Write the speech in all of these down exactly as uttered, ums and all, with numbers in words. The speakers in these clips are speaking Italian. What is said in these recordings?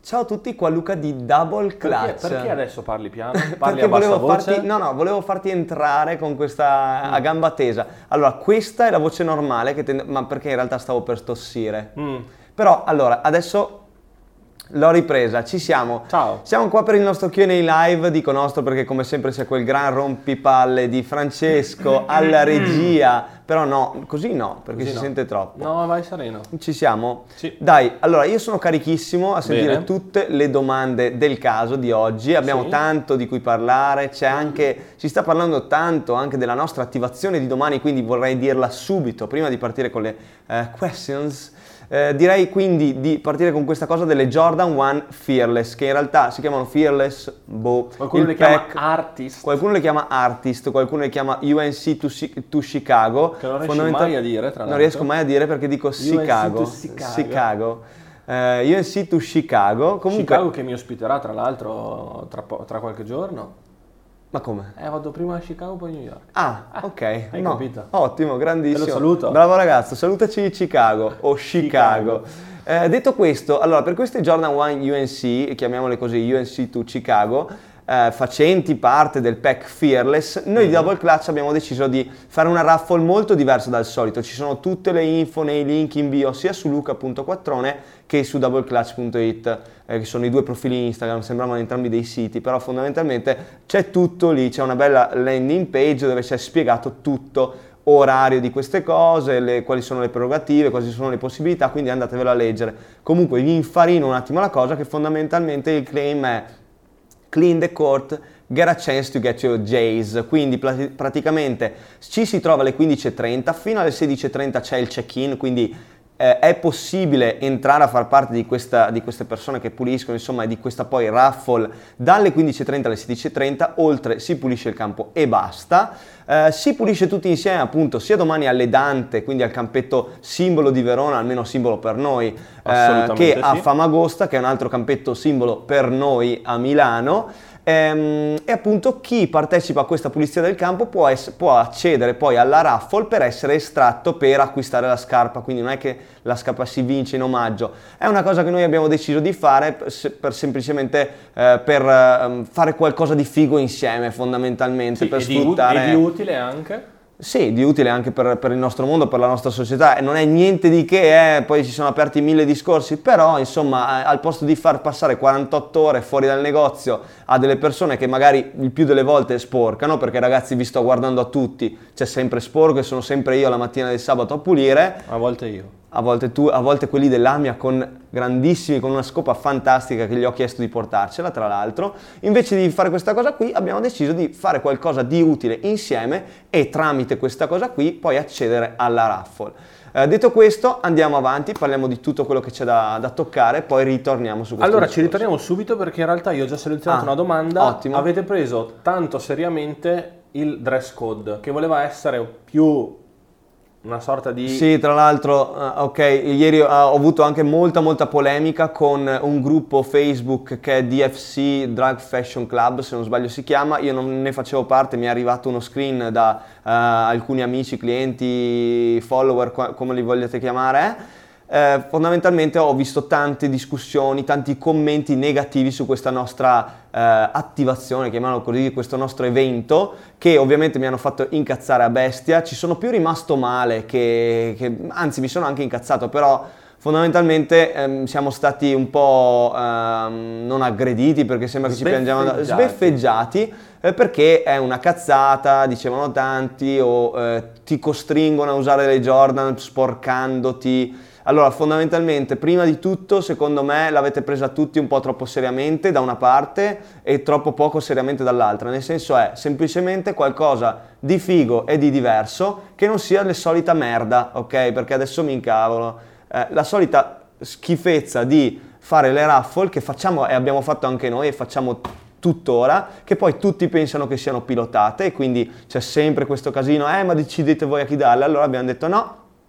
Ciao a tutti, qua Luca di Double Clutch. Perché, perché adesso parli piano? Parli Perché a bassa volevo voce? farti, no, no, volevo farti entrare con questa a gamba tesa. Allora, questa è la voce normale, che tende- ma perché in realtà stavo per tossire. Mm. Però, allora, adesso l'ho ripresa, ci siamo. Ciao. Siamo qua per il nostro Q and A live, dico nostro perché come sempre c'è quel gran rompipalle di Francesco alla regia. Però no, così no, perché Così si no. sente troppo. No, vai sereno. Ci siamo? Sì. Dai, allora io sono carichissimo a sentire Bene. tutte le domande del caso di oggi, abbiamo Sì. tanto di cui parlare, c'è anche, si sta parlando tanto anche della nostra attivazione di domani, quindi vorrei dirla subito, prima di partire con le eh, questions. Eh, direi quindi di partire con questa cosa delle Jordan uno Fearless, che in realtà si chiamano Fearless, boh, Qualcuno il le chiama pack- artist. Qualcuno le chiama Artist, qualcuno le chiama U N C to, Chi- to Chicago. Che non riesci Fondamental- mai a dire, tra Non l'altro. riesco mai a dire perché dico Chicago. to Chicago. Chicago. Eh, U N C to Chicago. Comunque, Chicago che mi ospiterà tra l'altro tra, po- tra qualche giorno. ma come? Eh, vado prima a Chicago poi a New York. Ah, ok. hai No, capito? Ottimo, grandissimo. Te lo saluto. Bravo ragazzo, salutaci di Chicago o Chicago. Eh, detto questo, allora per queste Jordan uno U N C, chiamiamole così, U N C to Chicago, eh, facenti parte del pack Fearless, noi di Double Clutch abbiamo deciso di fare una raffle molto diversa dal solito. Ci sono tutte le info nei link in bio sia su luca punto quattrone che su double clutch punto it, eh, che sono i due profili Instagram, sembravano entrambi dei siti, però fondamentalmente c'è tutto lì, c'è una bella landing page dove c'è spiegato tutto, orario di queste cose, le, quali sono le prerogative, quali sono le possibilità, quindi andatevelo a leggere. Comunque vi infarino un attimo la cosa, che fondamentalmente il claim è clean the court, get a chance to get your J's, quindi pla- praticamente ci si trova alle quindici e trenta, fino alle sedici e trenta c'è il check-in, quindi eh, è possibile entrare a far parte di, questa, di queste persone che puliscono, insomma, e di questa poi raffle dalle quindici e trenta alle sedici e trenta, oltre si pulisce il campo e basta. Eh, si pulisce tutti insieme appunto sia domani alle Dante, quindi al campetto simbolo di Verona, almeno simbolo per noi, eh, Assolutamente che a sì. Famagosta, che è un altro campetto simbolo per noi a Milano. Ehm, e appunto chi partecipa a questa pulizia del campo può, ess- può accedere poi alla raffle per essere estratto per acquistare la scarpa, quindi non è che la scarpa si vince in omaggio, è una cosa che noi abbiamo deciso di fare per, se- per semplicemente eh, per eh, fare qualcosa di figo insieme, fondamentalmente, Sì, per e, di, sfruttare... e di utile anche. Sì, di utile anche per, per il nostro mondo, per la nostra società, e non è niente di che, eh, poi ci sono aperti mille discorsi, però insomma eh, al posto di far passare quarantotto ore fuori dal negozio a delle persone che magari il più delle volte sporcano, perché ragazzi vi sto guardando a tutti, c'è sempre sporco e sono sempre io la mattina del sabato a pulire, A volte io. a volte tu, a volte quelli dell'Amia con grandissimi, con una scopa fantastica che gli ho chiesto di portarcela, tra l'altro. Invece di fare questa cosa qui abbiamo deciso di fare qualcosa di utile insieme e tramite questa cosa qui poi accedere alla raffle. Eh, detto questo, andiamo avanti, parliamo di tutto quello che c'è da, da toccare, poi ritorniamo su questo Allora ci discorso. ritorniamo subito perché in realtà io ho già selezionato Ah, una domanda. ottimo. Avete preso tanto seriamente il dress code, che voleva essere più una sorta di... Sì, tra l'altro, eh, ok, ieri ho ho avuto anche molta molta polemica con un gruppo Facebook che è D F C Drag Fashion Club, se non sbaglio si chiama, io non ne facevo parte, mi è arrivato uno screen da eh, alcuni amici, clienti, follower, qua- come li vogliate chiamare, eh. Eh, fondamentalmente ho visto tante discussioni, tanti commenti negativi su questa nostra eh, attivazione, chiamiamolo così, questo nostro evento, che ovviamente mi hanno fatto incazzare a bestia. Ci sono più rimasto male che, che anzi mi sono anche incazzato, però fondamentalmente ehm, siamo stati un po' ehm, non aggrediti, perché sembra che ci piangiamo, da- Sbeffeggiati. sbeffeggiati, eh, perché è una cazzata, dicevano tanti, o eh, ti costringono a usare le Jordan sporcandoti. Allora, fondamentalmente, prima di tutto, secondo me, l'avete presa tutti un po' troppo seriamente da una parte e troppo poco seriamente dall'altra, nel senso è semplicemente qualcosa di figo e di diverso, che non sia la solita merda, ok? Perché adesso mi incavolo. Eh, la solita schifezza di fare le raffle che facciamo e abbiamo fatto anche noi e facciamo tuttora, che poi tutti pensano che siano pilotate e quindi c'è sempre questo casino, eh ma decidete voi a chi darle. Allora abbiamo detto no,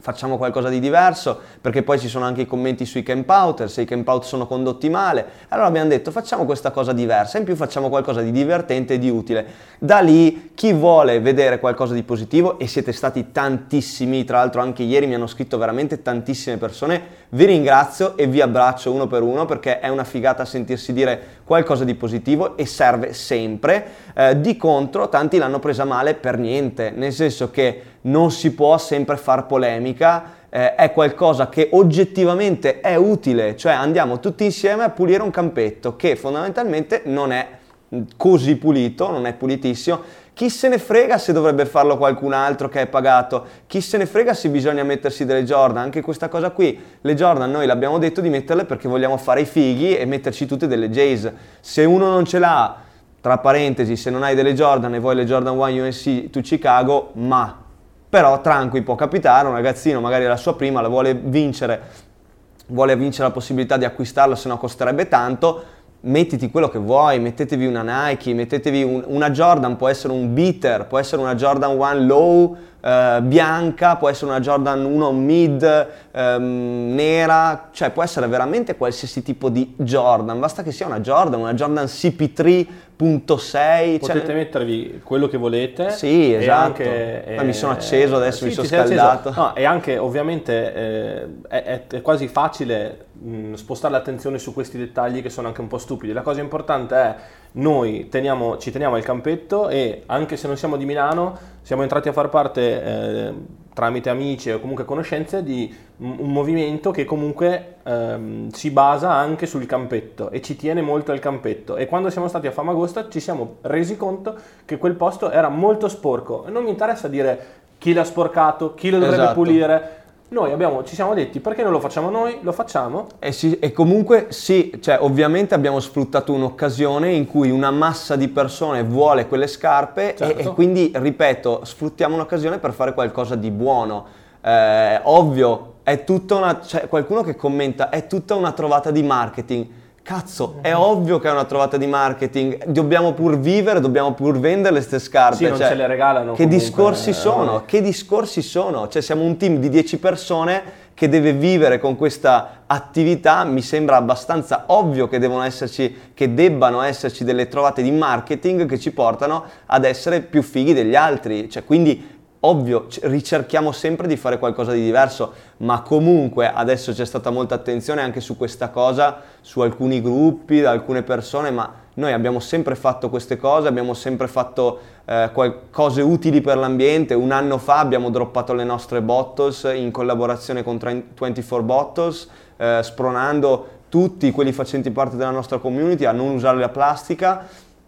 facciamo qualcosa di diverso, perché poi ci sono anche i commenti sui camp out, se i camp out sono condotti male, allora abbiamo detto facciamo questa cosa diversa, in più facciamo qualcosa di divertente e di utile. Da lì chi vuole vedere qualcosa di positivo, e siete stati tantissimi, tra l'altro anche ieri mi hanno scritto veramente tantissime persone, vi ringrazio e vi abbraccio uno per uno, perché è una figata sentirsi dire qualcosa di positivo e serve sempre. Eh, di contro tanti l'hanno presa male per niente, nel senso che non si può sempre far polemica, eh, è qualcosa che oggettivamente è utile, cioè andiamo tutti insieme a pulire un campetto che fondamentalmente non è così pulito, non è pulitissimo. Chi se ne frega se dovrebbe farlo qualcun altro che è pagato, chi se ne frega se bisogna mettersi delle Jordan, anche questa cosa qui, le Jordan noi l'abbiamo detto di metterle perché vogliamo fare i fighi e metterci tutte delle J's. Se uno non ce l'ha, tra parentesi, se non hai delle Jordan e vuoi le Jordan uno U N C to Chicago, ma però tranqui, può capitare, un ragazzino magari la sua prima la vuole vincere, vuole vincere la possibilità di acquistarla, se no costerebbe tanto, mettiti quello che vuoi, mettetevi una Nike, mettetevi un, una Jordan, può essere un beater, può essere una Jordan uno low, eh, bianca, può essere una Jordan uno mid, ehm, nera, cioè può essere veramente qualsiasi tipo di Jordan, basta che sia una Jordan, una Jordan C P tre punto sei. Potete cioè... mettervi quello che volete. Sì, esatto. Anche, eh, Ma mi sono acceso adesso, sì, mi sono ti sei scaldato. acceso. No, e anche ovviamente eh, è, è quasi facile mh, spostare l'attenzione su questi dettagli che sono anche un po' stupidi. La cosa importante è noi teniamo, ci teniamo al campetto, e anche se non siamo di Milano siamo entrati a far parte eh, tramite amici o comunque conoscenze di un movimento che comunque ehm, si basa anche sul campetto e ci tiene molto al campetto, e quando siamo stati a Famagosta ci siamo resi conto che quel posto era molto sporco, e non mi interessa dire chi l'ha sporcato, chi lo dovrebbe Esatto. pulire. Noi abbiamo, ci siamo detti perché non lo facciamo noi, lo facciamo. E, sì, e comunque sì, cioè ovviamente abbiamo sfruttato un'occasione in cui una massa di persone vuole quelle scarpe, Certo. e, e quindi, ripeto, sfruttiamo un'occasione per fare qualcosa di buono. Eh, ovvio, è tutta una, cioè, qualcuno che commenta, è tutta una trovata di marketing. Cazzo, è ovvio che è una trovata di marketing, dobbiamo pur vivere, dobbiamo pur vendere queste scarpe. Sì, non cioè, ce le regalano. Che comunque, discorsi eh, sono? eh. Che discorsi sono? Cioè siamo un team di dieci persone che deve vivere con questa attività, mi sembra abbastanza ovvio che devono esserci, che debbano esserci delle trovate di marketing che ci portano ad essere più fighi degli altri, cioè quindi ovvio, ricerchiamo sempre di fare qualcosa di diverso, ma comunque adesso c'è stata molta attenzione anche su questa cosa, su alcuni gruppi, da alcune persone, ma noi abbiamo sempre fatto queste cose, abbiamo sempre fatto eh, qual- cose utili per l'ambiente. Un anno fa abbiamo droppato le nostre bottles in collaborazione con ventiquattro Bottles, eh, spronando tutti quelli facenti parte della nostra community a non usare la plastica.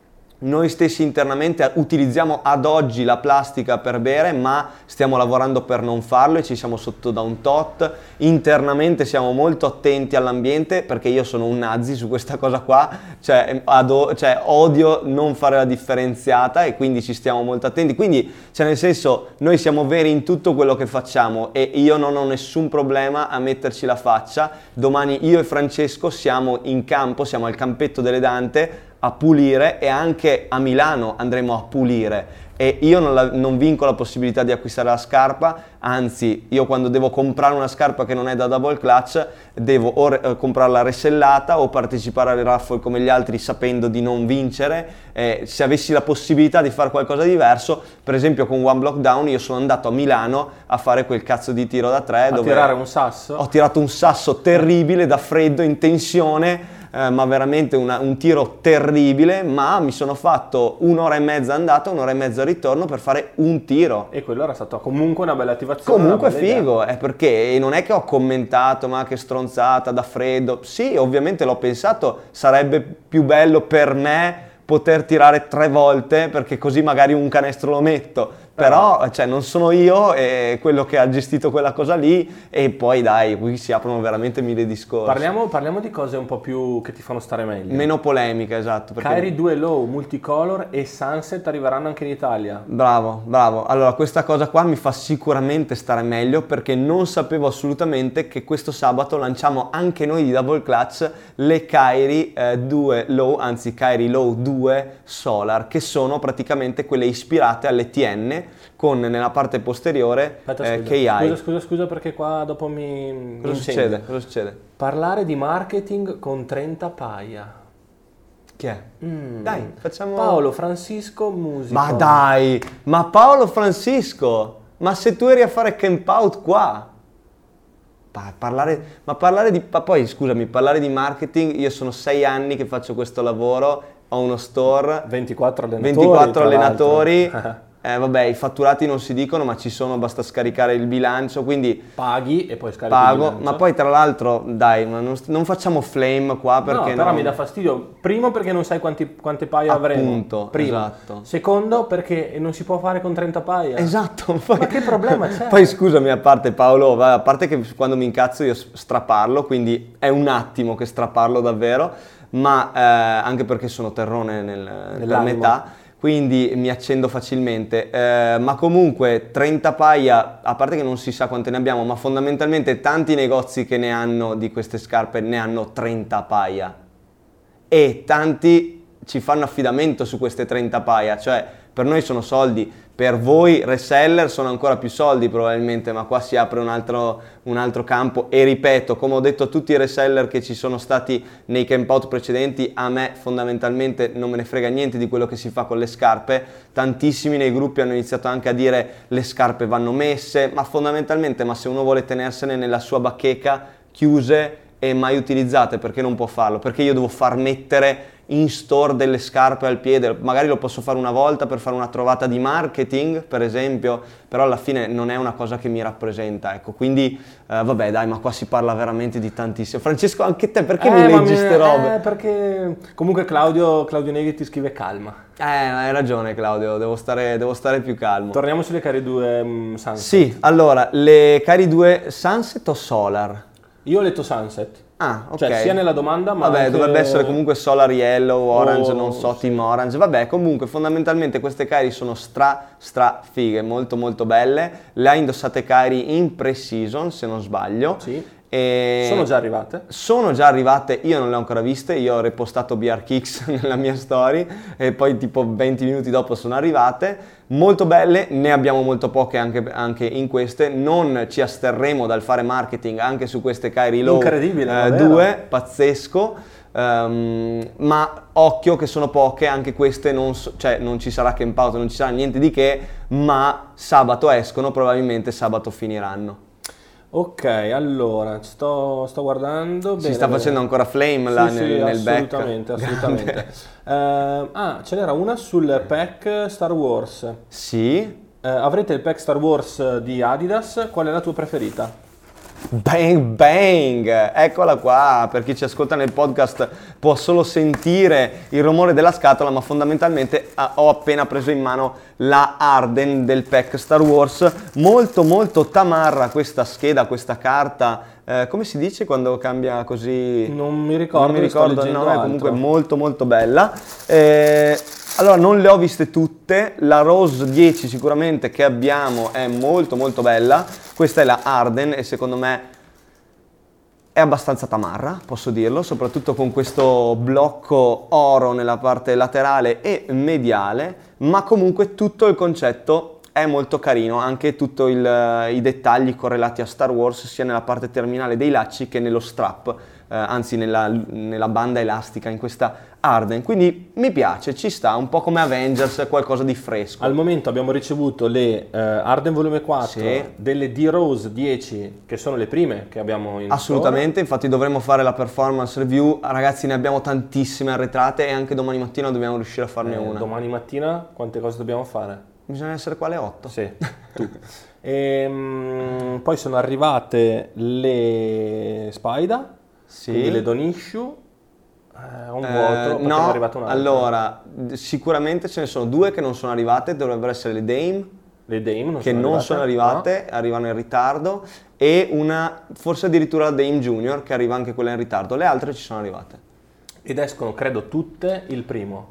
Noi stessi internamente utilizziamo ad oggi la plastica per bere, ma stiamo lavorando per non farlo e ci siamo sotto da un tot. Internamente siamo molto attenti all'ambiente, perché io sono un nazi su questa cosa qua, cioè, ado- cioè odio non fare la differenziata, e quindi ci stiamo molto attenti. Quindi, cioè nel senso, noi siamo veri in tutto quello che facciamo, e io non ho nessun problema a metterci la faccia. Domani io e Francesco siamo in campo, siamo al campetto delle Dante a pulire, e anche a Milano andremo a pulire, e io non, la, non vinco la possibilità di acquistare la scarpa, anzi io quando devo comprare una scarpa che non è da double clutch devo o re, comprarla resellata o partecipare alle raffle come gli altri sapendo di non vincere. Eh, se avessi la possibilità di fare qualcosa di diverso, per esempio con One Block Down io sono andato a Milano a fare quel cazzo di tiro da tre, A dove tirare un sasso. ho tirato un sasso terribile da freddo in tensione. Eh, ma veramente una, un tiro terribile, ma mi sono fatto un'ora e mezza andata, un'ora e mezza ritorno per fare un tiro. E quello era stato comunque una bella attivazione. Comunque una bella figo, è perché non è che ho commentato, ma che stronzata, da freddo. Sì, ovviamente l'ho pensato, sarebbe più bello per me poter tirare tre volte, perché così magari un canestro lo metto. Però cioè, non sono io e quello che ha gestito quella cosa lì, e poi dai, qui si aprono veramente mille discorsi. Parliamo, parliamo di cose un po' più che ti fanno stare meglio. Meno polemica, esatto. Perché... Kyrie due Low, Multicolor e Sunset arriveranno anche in Italia. Bravo, bravo. Allora questa cosa qua mi fa sicuramente stare meglio, perché non sapevo assolutamente che questo sabato lanciamo anche noi di Double Clutch le Kyrie eh, due Low, anzi Kyrie Low due Solar, che sono praticamente quelle ispirate alle T N, bene, con nella parte posteriore Aspetta, eh, scusa. K I. Scusa, scusa, scusa, perché qua dopo mi... Cosa mi succede? incendio. Cosa succede? Parlare di marketing con trenta paia. Chi è? Mm. Dai, facciamo... Paolo Francisco Musico. Ma dai, ma Paolo Francisco, ma se tu eri a fare camp out qua, pa- parlare, ma parlare di, ma poi scusami, parlare di marketing, io sono sei anni che faccio questo lavoro, ho uno store, ventiquattro allenatori. ventiquattro tra allenatori, l'altro. eh, vabbè i fatturati non si dicono ma ci sono, basta scaricare il bilancio, quindi Paghi e poi scarichi il pago, bilancio. ma poi tra l'altro dai, ma non, non facciamo flame qua perché no, però non- mi dà fastidio. Primo perché non sai quanti, quante paia avremo. Appunto, Primo. esatto. Secondo perché non si può fare con trenta paia. Esatto, poi, Ma che problema c'è? Poi scusami, a parte Paolo, va, a parte che quando mi incazzo io straparlo, quindi è un attimo che straparlo davvero, ma eh, anche perché sono terrone nel, per Nell'animo. metà, quindi mi accendo facilmente, eh, ma comunque trenta paia, a parte che non si sa quante ne abbiamo, ma fondamentalmente tanti negozi che ne hanno di queste scarpe ne hanno trenta paia e tanti ci fanno affidamento su queste trenta paia, cioè per noi sono soldi, per voi reseller sono ancora più soldi probabilmente, ma qua si apre un altro, un altro campo e ripeto, come ho detto a tutti i reseller che ci sono stati nei camp out precedenti, a me fondamentalmente non me ne frega niente di quello che si fa con le scarpe, tantissimi nei gruppi hanno iniziato anche a dire le scarpe vanno messe, ma fondamentalmente ma se uno vuole tenersene nella sua bacheca chiuse e mai utilizzate, perché non può farlo? Perché io devo far mettere in store delle scarpe al piede, magari lo posso fare una volta per fare una trovata di marketing per esempio, però alla fine non è una cosa che mi rappresenta, ecco, quindi eh, vabbè dai, ma qua si parla veramente di tantissimo. Francesco, anche te perché Eh, mi ma leggi mi- ste robe? Eh, perché comunque Claudio, Claudio Negri ti scrive calma. Eh, hai ragione Claudio, devo stare, devo stare più calmo. Torniamo sulle Cari due um, Sunset. Sì, allora, le Cari due Sunset o Solar? Io ho letto Sunset. Ah, ok. Cioè sia nella domanda ma Vabbè, anche... dovrebbe essere comunque Solar Yellow, Orange, Oh, non so, sì. Team Orange. Vabbè, comunque fondamentalmente queste Kairi sono stra stra fighe, molto molto belle. Le ha indossate Kairi in pre-season, se non sbaglio. Sì. E Sono già arrivate. sono già arrivate, io non le ho ancora viste, io ho repostato B R Kicks nella mia story e poi tipo venti minuti dopo sono arrivate. Molto belle, ne abbiamo molto poche anche, anche in queste, non ci asterremo dal fare marketing anche su queste Kairi Low Incredibile, eh, davvero. due, pazzesco, ehm, ma occhio che sono poche, anche queste non, so- cioè, non ci sarà camp out, non ci sarà niente di che, ma sabato escono, probabilmente sabato finiranno. Ok, allora, sto, sto guardando. Si bene, sta bene. facendo ancora flame là Sì, nel, sì, nel back. assolutamente, assolutamente. Grande. Eh, ah, ce n'era una sul pack Star Wars. Sì. Eh, avrete il pack Star Wars di Adidas, qual è la tua preferita? Bang bang, eccola qua, per chi ci ascolta nel podcast può solo sentire il rumore della scatola, ma fondamentalmente ah, ho appena preso in mano la Arden del pack Star Wars, molto molto tamarra questa scheda, questa carta, eh, come si dice quando cambia così? Non mi ricordo, non mi ne sto ricordo, leggendo no, è comunque altro. molto molto bella. Eh, allora non le ho viste tutte, la Rose dieci sicuramente che abbiamo è molto molto bella, questa è la Arden e secondo me è abbastanza tamarra, posso dirlo, soprattutto con questo blocco oro nella parte laterale e mediale, ma comunque tutto il concetto è molto carino, anche tutti i dettagli correlati a Star Wars sia nella parte terminale dei lacci che nello strap, eh, anzi nella, nella banda elastica in questa Arden, quindi mi piace, ci sta, un po' come Avengers, qualcosa di fresco. Al momento abbiamo ricevuto le eh, Arden Volume quattro, Sì. delle D-Rose dieci, che sono le prime che abbiamo in Assolutamente, infatti dovremo fare la performance review, ragazzi ne abbiamo tantissime arretrate e anche domani mattina dobbiamo riuscire a farne store. Eh, una. domani mattina quante cose dobbiamo fare? Bisogna essere qua alle otto. Sì, tu. Ehm, poi sono arrivate le Spida, Sì. quindi le Don Issue. Eh, un Eh, vuoto, poi è no, arrivata un'altra. allora, d- sicuramente ce ne sono due che non sono arrivate, dovrebbero essere le Dame, le Dame non che sono non arrivate. sono arrivate, arrivano in ritardo, e una, forse addirittura la Dame Junior, che arriva anche quella in ritardo, le altre ci sono arrivate. No? Ed escono, credo, tutte il primo.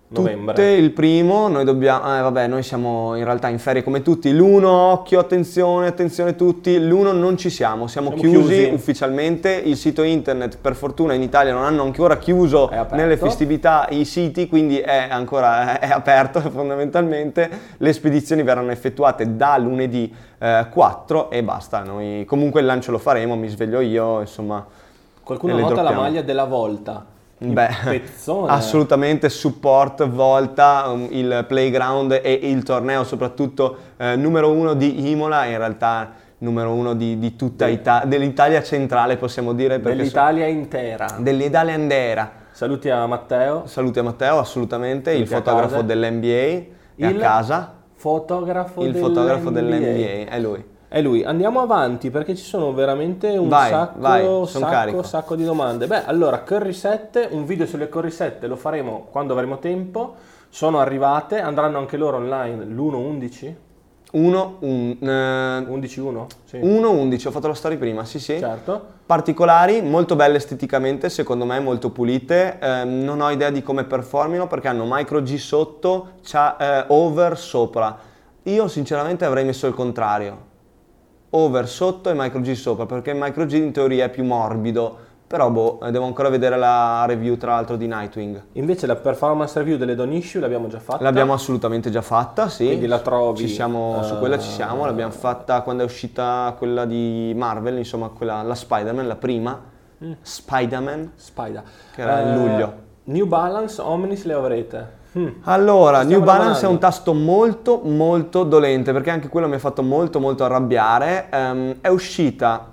novembre. Tutte il primo, noi dobbiamo, eh, vabbè, noi siamo in realtà in ferie come tutti. L'uno, occhio, attenzione, attenzione tutti. L'uno non ci siamo, siamo, Siamo chiusi, chiusi. ufficialmente. Il sito internet, per fortuna, in Italia non hanno ancora chiuso È aperto. nelle festività i siti, quindi è ancora è aperto fondamentalmente. Le spedizioni verranno effettuate da lunedì eh, quattro e basta. Noi comunque il lancio lo faremo, mi sveglio io, insomma. Qualcuno e le nota la droppiamo. maglia della Volta. Il Beh, pezzone. assolutamente support, Volta, um, il playground e il torneo soprattutto eh, numero uno di Imola, in realtà numero uno di, di tutta Italia, dell'Italia centrale possiamo dire. perché Dell'Italia intera. so- dell'Italia intera. Saluti a Matteo. Saluti a Matteo, assolutamente, il Saluti a fotografo casa. dell'N B A, è Il a casa, Fotografo il dell'N B A. fotografo dell'N B A, è lui. È lui. Andiamo avanti perché ci sono veramente un Vai, sacco, vai, son sacco, carico. sacco di domande. Beh, allora, Curry sette, un video sulle Curry sette lo faremo quando avremo tempo. Sono arrivate, andranno anche loro online l'uno undici? uno undici, undici uno? Sì. uno undici, ho fatto la storia prima, sì sì. Certo. Particolari, molto belle esteticamente, secondo me molto pulite. Eh, non ho idea di come performino perché hanno micro G sotto, c'ha eh, over sopra. Io sinceramente avrei messo il contrario, over sotto e micro G sopra, perché il micro G in teoria è più morbido, però boh, eh, devo ancora vedere la review tra l'altro di Nightwing. Invece la performance review delle Don Issue l'abbiamo già fatta. L'abbiamo assolutamente già fatta, sì. Quindi la trovi, Ci siamo, su eh, quella ci siamo, l'abbiamo fatta quando è uscita quella di Marvel, insomma, quella, la Spider-Man, la prima, Mm. Spider-Man. Spider. Che era in luglio. New Balance Omnis le avrete. Hmm. Allora, Stiamo New Balance è lavorando. un tasto molto molto dolente perché anche quello mi ha fatto molto molto arrabbiare. Ehm, è uscita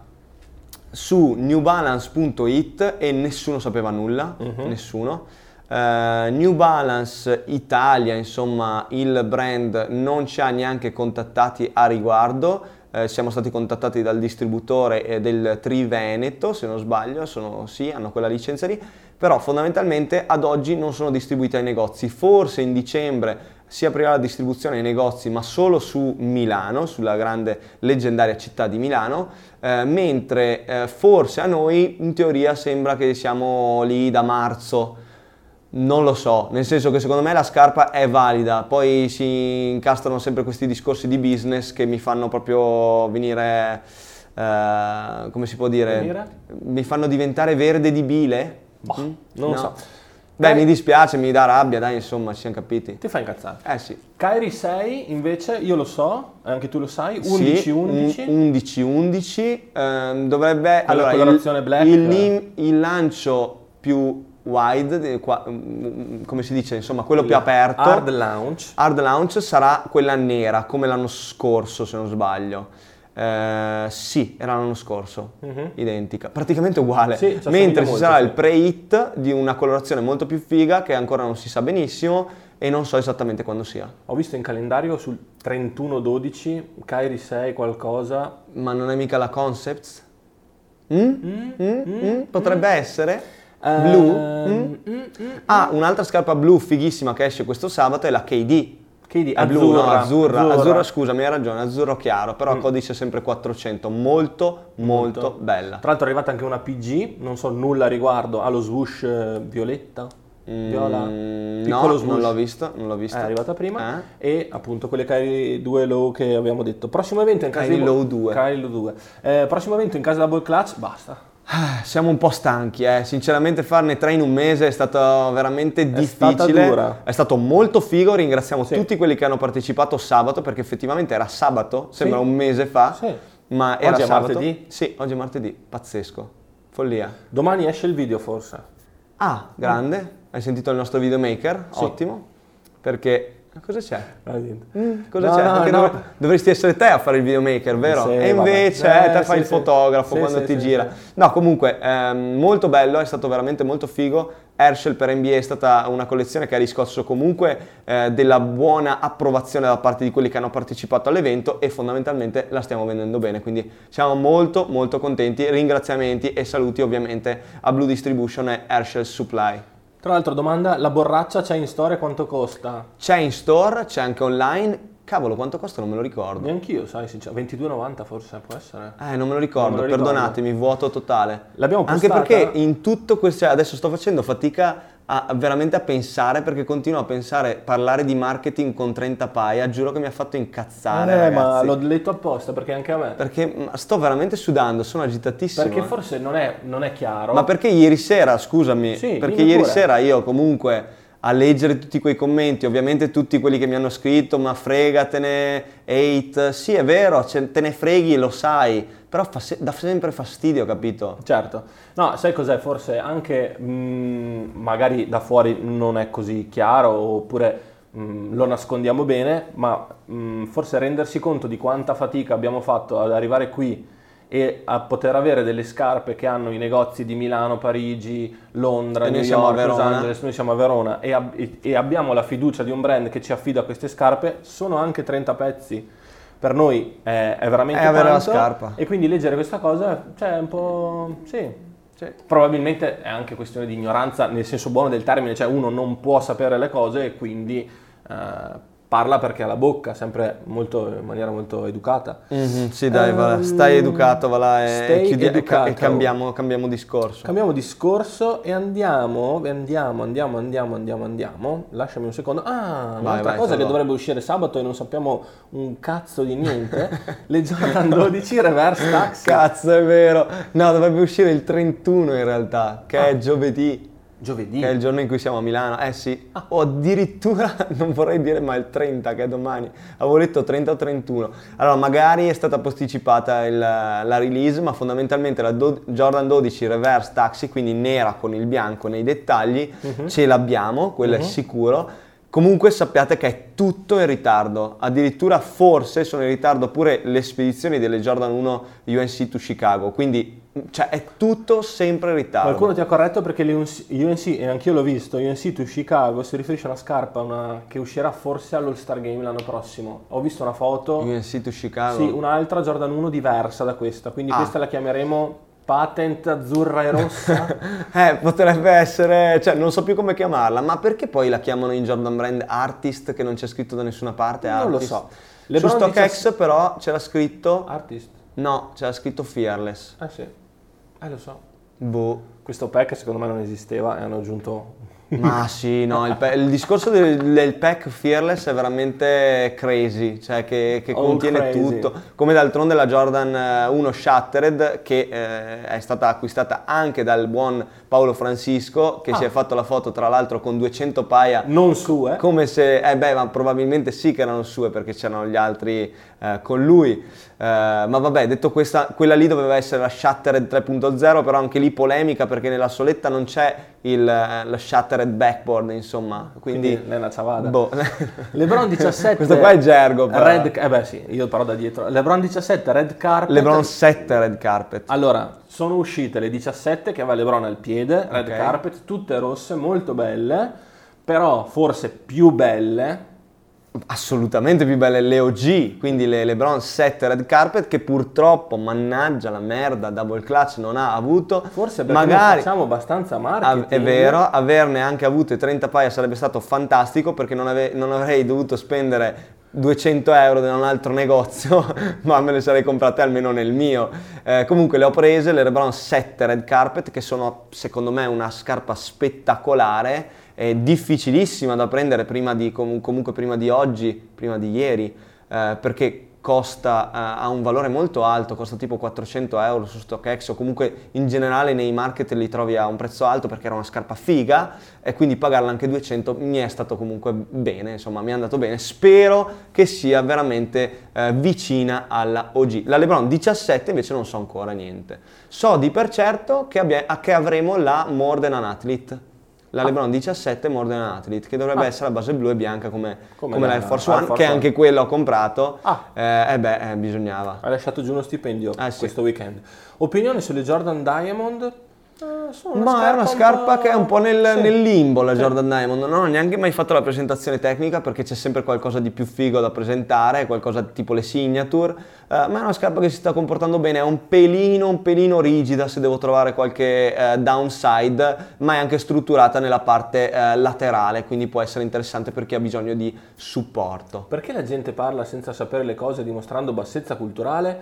su new balance punto it e nessuno sapeva nulla, Mhm. nessuno. Eh, New Balance Italia, insomma, il brand non ci ha neanche contattati a riguardo. Eh, siamo stati contattati dal distributore eh, del Triveneto, se non sbaglio, sono, sì, hanno quella licenza lì, però fondamentalmente ad oggi non sono distribuiti ai negozi. Forse in dicembre si aprirà la distribuzione ai negozi, ma solo su Milano, sulla grande leggendaria città di Milano, eh, mentre eh, forse a noi in teoria sembra che siamo lì da marzo. Non lo so, nel senso che secondo me la scarpa è valida, poi si incastrano sempre questi discorsi di business che mi fanno proprio venire, eh, come si può dire, Venire? mi fanno diventare verde di bile. Boh, Mm? non lo No. so. Beh, Kai- mi dispiace, mi dà rabbia, dai, insomma, ci siamo capiti. Ti fa incazzare. Eh sì. Kyrie sei invece, io lo so, anche tu lo sai, undici undici. Sì, un- undici undici, ehm, dovrebbe, allora, il, colorazione black. il lim- il lancio più wide, de- qua- mm, come si dice, insomma, quello più aperto, Hard launch. hard launch sarà quella nera, come l'anno scorso, se non sbaglio. Eh, sì, era l'anno scorso, Mhm. identica, praticamente uguale. Sì, ci assomiglia mentre ci molto, sarà sì. il pre-hit di una colorazione molto più figa che ancora non si sa benissimo e non so esattamente quando sia. Ho visto in calendario sul trentuno dodici, Kyrie sei qualcosa. Ma non è mica la Concepts? Mm? Mm? Mm? Potrebbe essere? Blu? Ehm, Mm? mm, mm. Ah, un'altra scarpa blu fighissima che esce questo sabato è la K D. Che di È blu, no, azzurra, azzurra, azzurra. azzurra, scusami, hai ragione, azzurro chiaro, però Mm. codice sempre quattrocento, molto, molto, bella. Tra l'altro è arrivata anche una P G, non so nulla a riguardo, ha lo swoosh eh, violetta, viola, Mm, piccolo no, swoosh. non l'ho vista, non l'ho vista. È arrivata prima Eh? e appunto quelle Kyrie due Low che abbiamo detto. Prossimo evento in casa Kyrie di Low due. Kyrie Low due. Eh, prossimo evento in casa da Ball Clutch, basta. Ah, siamo un po' stanchi, eh. Sinceramente farne tre in un mese è stato veramente difficile. stata dura. È stato molto figo, ringraziamo Sì. tutti quelli che hanno partecipato sabato perché effettivamente era sabato, sembra Sì. un mese fa, Sì. ma era Oggi è sabato. martedì? Sì, oggi è martedì, pazzesco, follia. Domani esce il video forse. Ah, grande, hai sentito il nostro videomaker? Sì. Ottimo, perché... Cosa c'è? Ah, niente. Mm, cosa No, c'è? no, Perché no. dov- dovresti essere te a fare il videomaker, vero? Sì, e invece vabbè. eh, te Eh, fai sì, il sì. fotografo Sì, quando sì, ti sì, gira. sì. No, comunque, ehm, molto bello, è stato veramente molto figo. Herschel per N B A è stata una collezione che ha riscosso comunque eh, della buona approvazione da parte di quelli che hanno partecipato all'evento e fondamentalmente la stiamo vendendo bene, quindi siamo molto molto contenti. Ringraziamenti e saluti ovviamente a Blue Distribution e Herschel Supply. Tra l'altro domanda, la borraccia c'è in store e quanto costa? C'è in store, c'è anche online. Cavolo, quanto costa? Non me lo ricordo. Neanch'io, sai, sincer- ventidue e novanta forse può essere. Eh, non me lo ricordo, Non me lo ricordo. perdonatemi, vuoto totale. L'abbiamo Anche postata? perché in tutto questo, cioè, adesso sto facendo fatica a, a veramente a pensare, perché continuo a pensare, parlare di marketing con trenta paia, giuro che mi ha fatto incazzare, eh, ragazzi. ma l'ho detto apposta, perché anche a me. Perché sto veramente sudando, sono agitatissimo. Perché forse non è, non è chiaro. Ma perché ieri sera, scusami, Sì, perché dimmi ieri pure. sera io comunque a leggere tutti quei commenti, ovviamente tutti quelli che mi hanno scritto, ma fregatene, hate, sì è vero, ce- te ne freghi, lo sai, però fa se- dà sempre fastidio, capito? Certo, no, sai cos'è? Forse anche mh, magari da fuori non è così chiaro, oppure mh, lo nascondiamo bene, ma mh, forse rendersi conto di quanta fatica abbiamo fatto ad arrivare qui e a poter avere delle scarpe che hanno i negozi di Milano, Parigi, Londra, E noi New siamo a York, Los Verona. Angeles, noi siamo a Verona e, ab- e- e abbiamo la fiducia di un brand che ci affida queste scarpe, sono anche trenta pezzi. Per noi è, è veramente È avere la tanto, scarpa. e quindi leggere questa cosa, cioè, è un po'... sì. Sì. Probabilmente è anche questione di ignoranza, nel senso buono del termine, cioè uno non può sapere le cose e quindi eh, parla perché ha la bocca, sempre molto, in maniera molto educata. Mhm, sì dai, va là, Ehm, stai educato, va là e, stay chiudi- e ca- educato. e cambiamo, cambiamo discorso. Cambiamo discorso e andiamo, e andiamo, andiamo, andiamo, andiamo, andiamo. Lasciami un secondo. Ah, un'altra vai, cosa che fallo. dovrebbe uscire sabato e non sappiamo un cazzo di niente. Le Jordan dodici Reverse Taxi. Cazzo, è vero. No, dovrebbe uscire il trentuno in realtà, che è giovedì. Giovedì. Che è il giorno in cui siamo a Milano, eh sì, o addirittura non vorrei dire ma il trenta che è domani, avevo letto trenta o trentuno, allora magari è stata posticipata il- la release, ma fondamentalmente la do- Jordan dodici Reverse Taxi, quindi nera con il bianco nei dettagli, ce l'abbiamo, quello è sicuro. Comunque sappiate che è tutto in ritardo, addirittura forse sono in ritardo pure le spedizioni delle Jordan uno U N C to Chicago, quindi cioè, è tutto sempre in ritardo. Qualcuno ti ha corretto perché le U N C, e anch'io l'ho visto, U N C to Chicago si riferisce a una scarpa una, che uscirà forse all'All-Star Game l'anno prossimo. Ho visto una foto, U N C to Chicago? sì, un'altra Jordan uno diversa da questa, quindi Ah. questa la chiameremo patent azzurra e rossa. Eh, potrebbe essere, cioè non so più come chiamarla, ma perché poi la chiamano in Jordan Brand Artist che non c'è scritto da nessuna parte? Non lo Artist? so. Su LeBron StockX diciassette però c'era scritto, Artist? no, c'era scritto Fearless. Eh sì, eh lo so. Boh. Questo pack secondo me non esisteva e hanno aggiunto... Ma sì, no, il, pe- il discorso del, del pack Fearless è veramente crazy, cioè che, che All contiene crazy. tutto, come d'altronde la Jordan uno Shattered che eh, è stata acquistata anche dal buon Paolo Francisco che Ah. si è fatto la foto tra l'altro con duecento paia, Non su, eh? come se, eh beh, ma probabilmente sì che erano sue perché c'erano gli altri eh, con lui. Eh, ma vabbè, detto questa, quella lì doveva essere la Shattered tre punto zero, però anche lì polemica perché nella soletta non c'è il, eh, la Shattered backboard, insomma, quindi... Quindi lei è una ciavada. boh. LeBron diciassette Questo qua è gergo, però. Red, eh beh sì, io però da dietro. LeBron diciassette Red Carpet. LeBron sette Red Carpet. Allora, sono uscite le diciassette che aveva LeBron al piede, Red Ok. Carpet, tutte rosse, molto belle, però forse più belle. Assolutamente più belle le O G, quindi le LeBron sette Red Carpet che purtroppo, mannaggia la merda, Double Clutch non ha avuto. Forse perché magari non facciamo abbastanza Ah, marketing. è vero, averne anche avute trenta paia sarebbe stato fantastico perché non, ave- non avrei dovuto spendere duecento euro da un altro negozio, ma me le sarei comprate almeno nel mio. Eh, comunque le ho prese, le LeBron sette Red Carpet, che sono secondo me una scarpa spettacolare, è difficilissima da prendere prima di, com- comunque prima di oggi, prima di ieri, eh, perché costa, eh, ha un valore molto alto, costa tipo quattrocento euro su StockX o comunque in generale nei market li trovi a un prezzo alto perché era una scarpa figa e quindi pagarla anche duecento mi è stato comunque bene, insomma mi è andato bene, spero che sia veramente eh, vicina alla O G. La LeBron diciassette invece non so ancora niente, so di per certo che, abbia- che avremo la More Than an Athlete. La LeBron diciassette More Than an Athlete, che dovrebbe Ah. essere a base blu e bianca come, Come come la- la Air Force Air One, Force che One. anche quella ho comprato. Ah. Eh, eh beh, eh, bisognava. Hai lasciato giù uno stipendio Eh, sì. questo weekend. Opinione sulle Jordan Diamond? Eh, sono Ma è una un scarpa po'- che è un po' nel, Sì. nel limbo la Sì. Jordan Diamond, non ho neanche mai fatto la presentazione tecnica perché c'è sempre qualcosa di più figo da presentare, qualcosa tipo le signature, eh, ma è una scarpa che si sta comportando bene, è un pelino, un pelino rigida se devo trovare qualche eh, downside, ma è anche strutturata nella parte eh, laterale, quindi può essere interessante per chi ha bisogno di supporto. Perché la gente parla senza sapere le cose dimostrando bassezza culturale?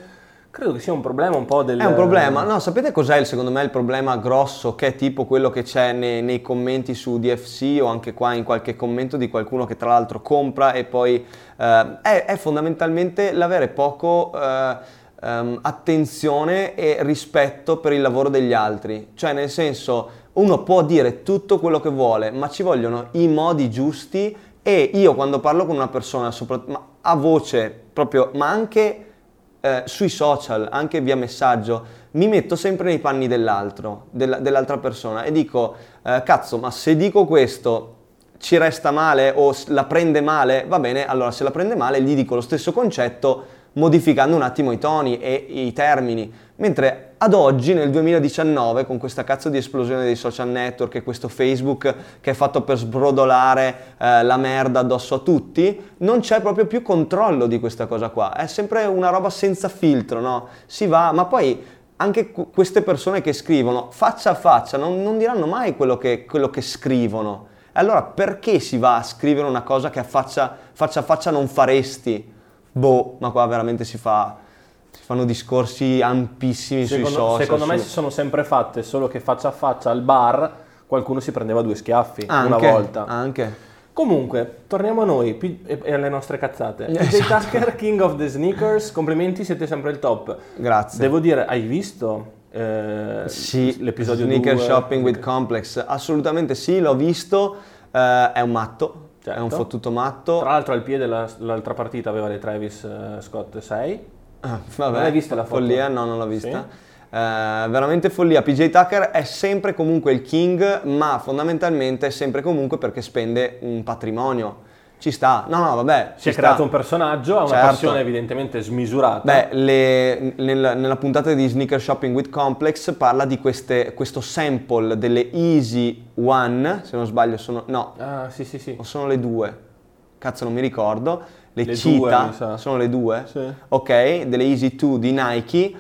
Credo che sia un problema un po' del... È un problema, no, sapete cos'è il, secondo me il problema grosso, che è tipo quello che c'è nei, nei commenti su D F C o anche qua in qualche commento di qualcuno che tra l'altro compra e poi eh, è, è fondamentalmente l'avere poco eh, ehm, attenzione e rispetto per il lavoro degli altri, cioè nel senso uno può dire tutto quello che vuole ma ci vogliono i modi giusti e io quando parlo con una persona sopra, ma a voce proprio, ma anche... Eh, sui social, anche via messaggio, mi metto sempre nei panni dell'altro, dell- dell'altra persona e dico, eh, cazzo, ma se dico questo ci resta male o la prende male, va bene, allora se la prende male gli dico lo stesso concetto modificando un attimo i toni e i termini, mentre ad oggi nel duemiladiciannove con questa cazzo di esplosione dei social network e questo Facebook che è fatto per sbrodolare eh, la merda addosso a tutti, non c'è proprio più controllo di questa cosa qua, è sempre una roba senza filtro, no? Si va, ma poi anche queste persone che scrivono faccia a faccia non, non diranno mai quello che, quello che scrivono, allora perché si va a scrivere una cosa che a faccia, faccia a faccia non faresti? Boh, ma qua veramente si fa, si fanno discorsi ampissimi secondo, sui social. Secondo me su... si sono sempre fatte, solo che faccia a faccia al bar qualcuno si prendeva due schiaffi anche, una volta. Anche. Comunque, torniamo a noi P- e alle nostre cazzate. P J Esatto. Tucker, King of the Sneakers, complimenti, siete sempre il top. Grazie. Devo dire, hai visto eh, sì, l'episodio Sneaker due? Shopping with Complex? Assolutamente sì, l'ho visto, eh, è un matto. Certo. È un fottuto matto. Tra l'altro al piede la, l'altra partita aveva le Travis uh, Scott sei. Ah, vabbè, non hai visto la foto? Follia? No, non l'ho vista. Sì. Eh, veramente follia. P J Tucker è sempre comunque il king, ma fondamentalmente è sempre comunque perché spende un patrimonio. Ci sta. No, no, vabbè. Si è sta. creato un personaggio, ha una certo. passione evidentemente smisurata. Beh, le, nel, nella puntata di Sneaker Shopping with Complex parla di queste, questo sample delle Easy One, se non sbaglio sono... No, ah, sì, sì, sì. o sono le due? Cazzo, non mi ricordo. Le, Le Cheetah, due, mi sa. sono le due? Sì. Ok, delle Easy due di Nike,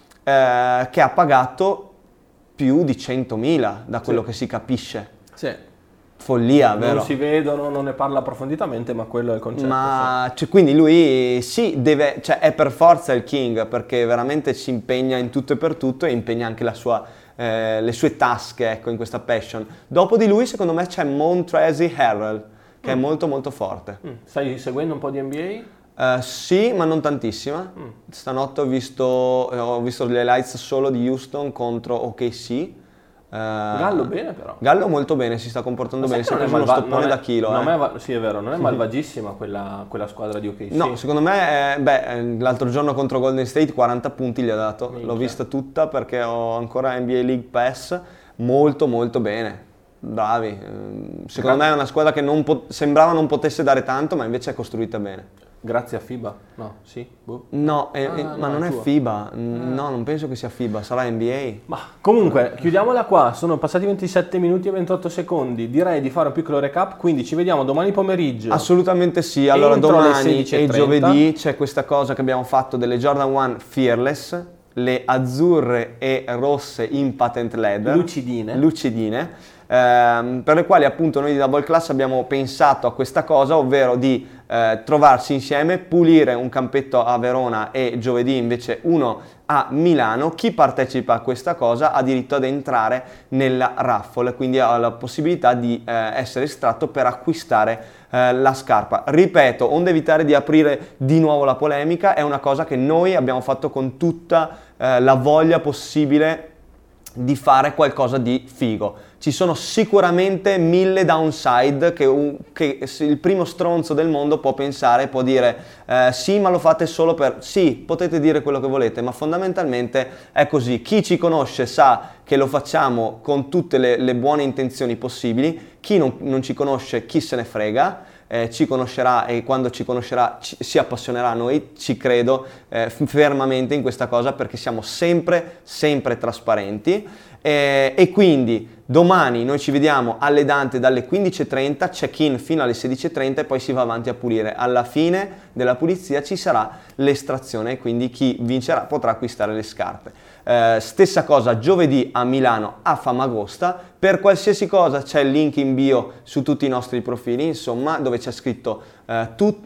eh, che ha pagato più di centomila, da quello Sì. che si capisce. Sì. Follia, vero? Non si vedono, non ne parla approfonditamente, ma quello è il concetto. Ma cioè, quindi lui sì, deve, cioè, è per forza il king perché veramente si impegna in tutto e per tutto e impegna anche la sua, eh, le sue tasche, ecco, in questa passion. Dopo di lui secondo me c'è Montrezl Harrell che mm. è molto molto forte. Mm. Stai seguendo un po' di N B A? Uh, sì, ma non tantissima. Mm. Stanotte ho visto, ho visto le highlights solo di Houston contro O K C. Uh, Gallo bene però. Gallo molto bene, si sta comportando ma bene, si è non è preso uno malva- stoppone non è- da chilo. non eh. è va- sì, è vero, non è malvagissima quella, quella squadra di O K C. No, secondo me, eh, beh, l'altro giorno contro Golden State quaranta punti gli ha dato, Minchia. L'ho vista tutta perché ho ancora N B A League Pass, molto molto bene, bravi. Eh, Secondo me è una squadra che non pot- sembrava non potesse dare tanto, ma invece è costruita bene. Grazie a FIBA? No, sì? Boh. No, eh, Ah, eh, no, ma non è è tuo. FIBA, no, non penso che sia FIBA, sarà N B A. Ma comunque, chiudiamola qua, sono passati ventisette minuti e ventotto secondi, direi di fare un piccolo recap, quindi ci vediamo domani pomeriggio. Assolutamente sì, allora Entro le domani sedici e e trenta. giovedì c'è questa cosa che abbiamo fatto delle Jordan uno Fearless, le azzurre e rosse in patent leather. Lucidine. Lucidine, ehm, per le quali appunto noi di Double Class abbiamo pensato a questa cosa, ovvero di eh, trovarsi insieme, pulire un campetto a Verona e giovedì invece uno a Milano. Chi partecipa a questa cosa ha diritto ad entrare nella raffle, quindi ha la possibilità di eh, essere estratto per acquistare eh, la scarpa. Ripeto, onde evitare di aprire di nuovo la polemica, è una cosa che noi abbiamo fatto con tutta eh, la voglia possibile di fare qualcosa di figo. Ci sono sicuramente mille downside che, un, che il primo stronzo del mondo può pensare, può dire eh, sì, ma lo fate solo per... Sì, potete dire quello che volete, ma fondamentalmente è così. Chi ci conosce sa che lo facciamo con tutte le, le buone intenzioni possibili, chi non, non ci conosce, chi se ne frega. Eh, ci conoscerà e quando ci conoscerà ci, si appassionerà a noi, ci credo eh, fermamente in questa cosa perché siamo sempre, sempre trasparenti eh, e quindi domani noi ci vediamo alle Dante dalle quindici e trenta, check-in fino alle sedici e trenta e poi si va avanti a pulire. Alla fine della pulizia ci sarà l'estrazione e quindi chi vincerà potrà acquistare le scarpe. Eh, stessa cosa giovedì a Milano a Famagosta. Per qualsiasi cosa c'è il link in bio su tutti i nostri profili, insomma, dove c'è scritto eh, tutto.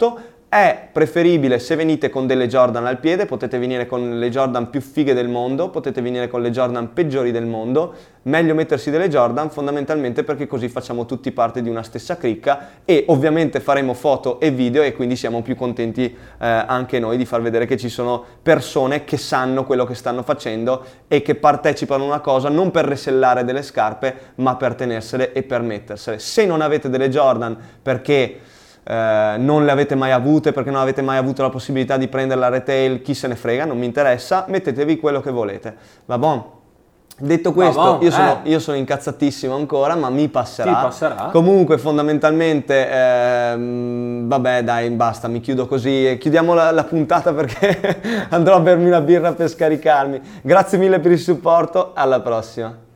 È preferibile se venite con delle Jordan al piede, potete venire con le Jordan più fighe del mondo, potete venire con le Jordan peggiori del mondo, meglio mettersi delle Jordan fondamentalmente perché così facciamo tutti parte di una stessa cricca e ovviamente faremo foto e video e quindi siamo più contenti eh, anche noi di far vedere che ci sono persone che sanno quello che stanno facendo e che partecipano a una cosa non per resellare delle scarpe ma per tenersele e per mettersele. Se non avete delle Jordan perché Uh, non le avete mai avute, perché non avete mai avuto la possibilità di prendere la retail, chi se ne frega, non mi interessa, mettetevi quello che volete. Va bon. Detto questo, bon, io, sono, eh. io sono incazzatissimo ancora, ma mi passerà. Ti passerà. Comunque, fondamentalmente, ehm, vabbè, dai, basta, mi chiudo così. Chiudiamo la, la puntata perché andrò a bermi una birra per scaricarmi. Grazie mille per il supporto, alla prossima.